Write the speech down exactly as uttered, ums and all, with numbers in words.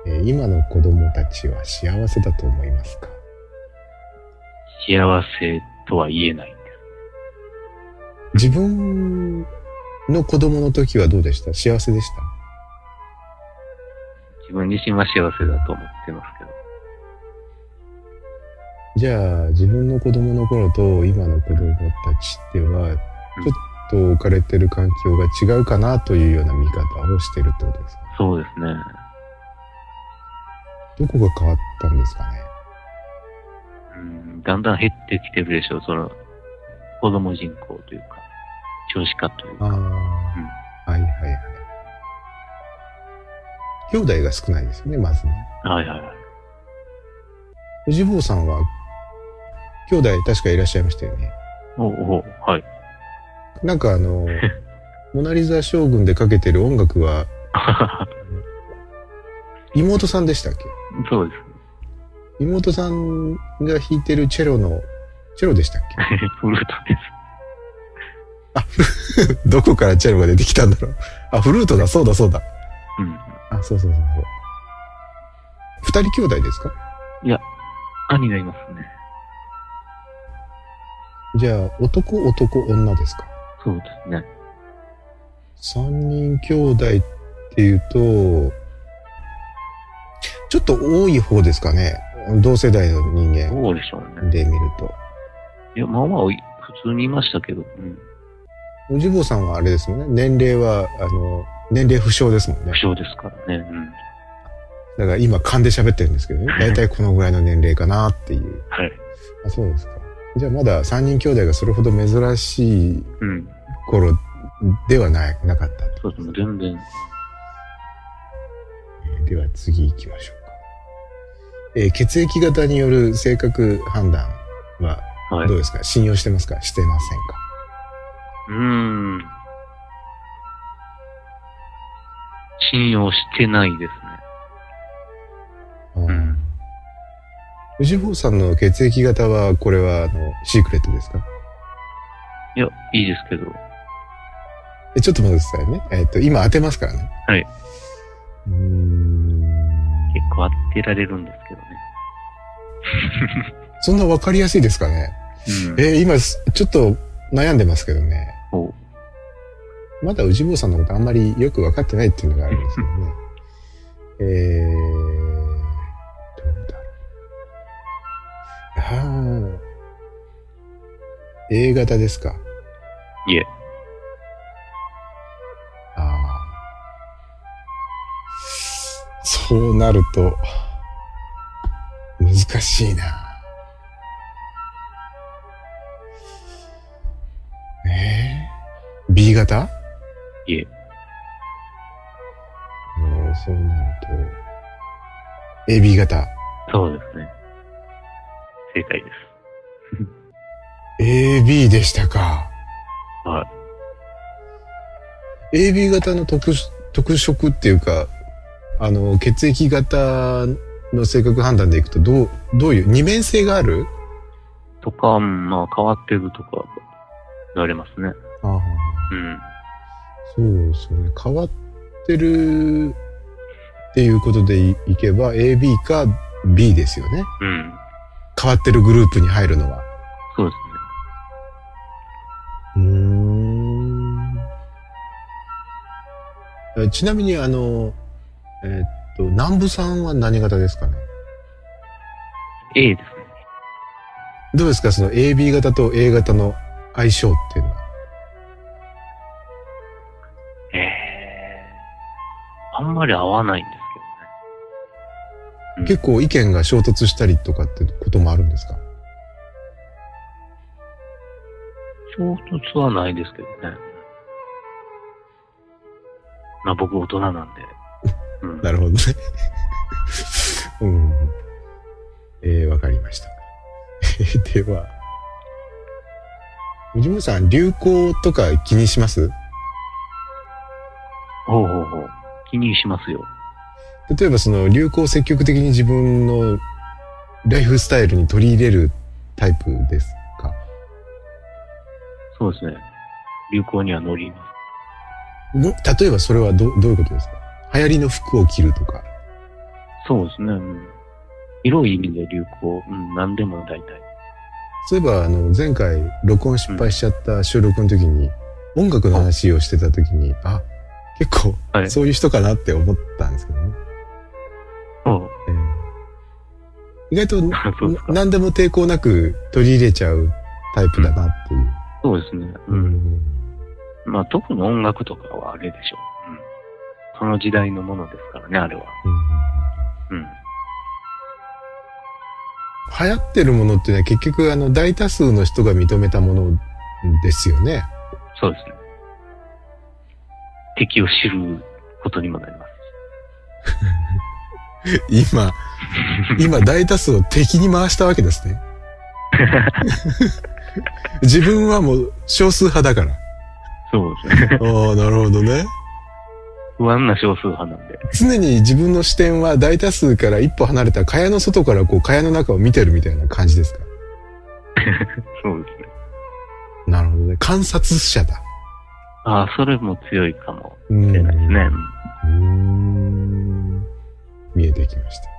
えー、今の子供たちは幸せだと思いますか？ 幸せとは言えないんです。 自分の子供の時はどうでした？幸せでした？ 自分自身は幸せだと思ってますけど。 じゃあ自分の子供の頃と今の子供たちではちょっと置かれてる環境が違うかなというような見方をしてるってことですか？ そうですね。 どこが変わったんですかね？ うん、だんだん減ってきてるでしょう。その子供人口というか少子化というか。 ああ、うん、はいはいはい。兄弟が少ないですよね、まずね。 はいはいはい。 藤坊さんは兄弟確かいらっしゃいましたよね。 おお、はい。 なんかあのモナリザ将軍でかけてる音楽は妹さんでしたっけ？ そうです。 妹さんが弾いてるチェロのチェロでしたっけ？ フルートです。 あ、どこからチェロが出てきたんだろう。あ、フルートだ、そうだそうだ。 うん。 あ、そうそうそうそう。二人兄弟ですか？ いや、兄がいますね。 じゃあ、男、男、女ですか？ そうですね。 三人兄弟っていうと、ちょっと多い方ですかね。同世代の人間。 そうでしょうね。 で見ると。 いや、まあまあ、普通にいましたけど。 うん。おじぼうさんはあれですもんね。年齢は、あの、年齢不詳ですもんね。 不詳ですからね。うん。 だから今勘で喋ってるんですけどね。だいたいこのぐらいの年齢かなっていう。 はい。 あ、そうですか。じゃあまだ三人兄弟がそれほど珍しい頃ではない、なかったと。 そうですね、全然。 えー、では次行きましょうか。えー、血液型による性格判断はどうですか？はい、信用してますか？してませんか？ うーん。信用してないですね。 うん。藤坊さんの血液型は、これは、あの、シークレットですか？ いや、いいですけど。 え、ちょっと待ってくださいね。えっと、今当てますからね。 はい。 うーん。 結構当てられるんですけどね。 そんなわかりやすいですかね？うん、えー、今、ちょっと悩んでますけどね。 おまだ藤坊さんのことあんまりよくわかってないっていうのがあるんですけどね。えー、どうだろう。はあ。A 型ですか？ いえ。 ああ。そうなると、難しいな。えー、B 型？ いえ。 うん、そうなると、エービー 型。 そうですね。正解です。 エービー でしたか。 はい。 エービー 型の特、特色っていうか、あの、血液型の性格判断でいくと、どう、どういう、二面性がある？ とか、まあ変わってるとか、言われますね。 ああ。 うん。 そうですよね。変わってるっていうことで い, いけば エービー か B ですよね。 うん。 変わってるグループに入るのは。 そうですね。うーん。ちなみにあの、えー、っと、南部さんは何型ですかね？ A ですね。 どうですかその エービー 型と A 型の相性っていうのは？ えー、あんまり合わないんですけどね。うん、 結構意見が衝突したりとかってこともあるんですか？ 衝突はないですけどね。まあ僕大人なんで。 うん、なるほどね。うん。えー、わかりました。では、藤本さん、流行とか気にします？ ほうほうほう。気にしますよ。 例えばその流行を積極的に自分のライフスタイルに取り入れるタイプですか？ そうですね。流行には乗ります。 例えばそれはど、どういうことですか？流行りの服を着るとか。 そうですね。うん、広い意味で流行、うん、何でも大体。 そういえば、あの、前回、録音失敗しちゃった収録の時に、うん、音楽の話をしてた時に、あ、結構、はい、そういう人かなって思ったんですけどね。 うん。 えー、意外と何でも抵抗なく取り入れちゃうタイプだなっていう。 うん、そうですね。うん。うん、まあ、特に音楽とかはあれでしょう。うん。その時代のものですからね、あれは。うん。うん。 流行ってるものってね、結局あの大多数の人が認めたものですよね。 そうですね。敵を知ることにもなります。 今、今大多数を敵に回したわけですね。自分はもう少数派だから。 そうですね。 ああ、なるほどね。 不安な少数派なんで。 常に自分の視点は大多数から一歩離れた蚊帳の外からこう蚊帳の中を見てるみたいな感じですか？ そうですね。 なるほどね。観察者だ。 ああ、それも強いかもしれないですね。 うーん。見えてきました。